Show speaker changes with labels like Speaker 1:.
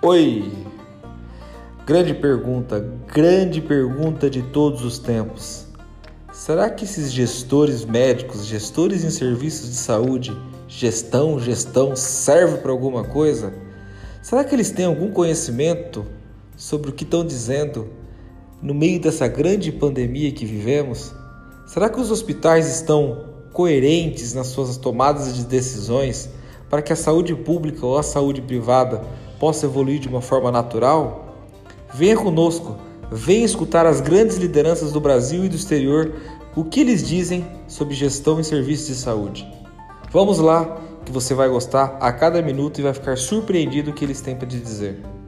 Speaker 1: Oi! Grande pergunta de todos os tempos. Será que esses gestores médicos, gestores em serviços de saúde, gestão, serve para alguma coisa? Será que eles têm algum conhecimento sobre o que estão dizendo no meio dessa grande pandemia que vivemos? Será que os hospitais estão coerentes nas suas tomadas de decisões para que a saúde pública ou a saúde privada possa evoluir de uma forma natural? Venha conosco, venha escutar as grandes lideranças do Brasil e do exterior, o que eles dizem sobre gestão em serviços de saúde. Vamos lá, que você vai gostar a cada minuto e vai ficar surpreendido o que eles têm para te dizer.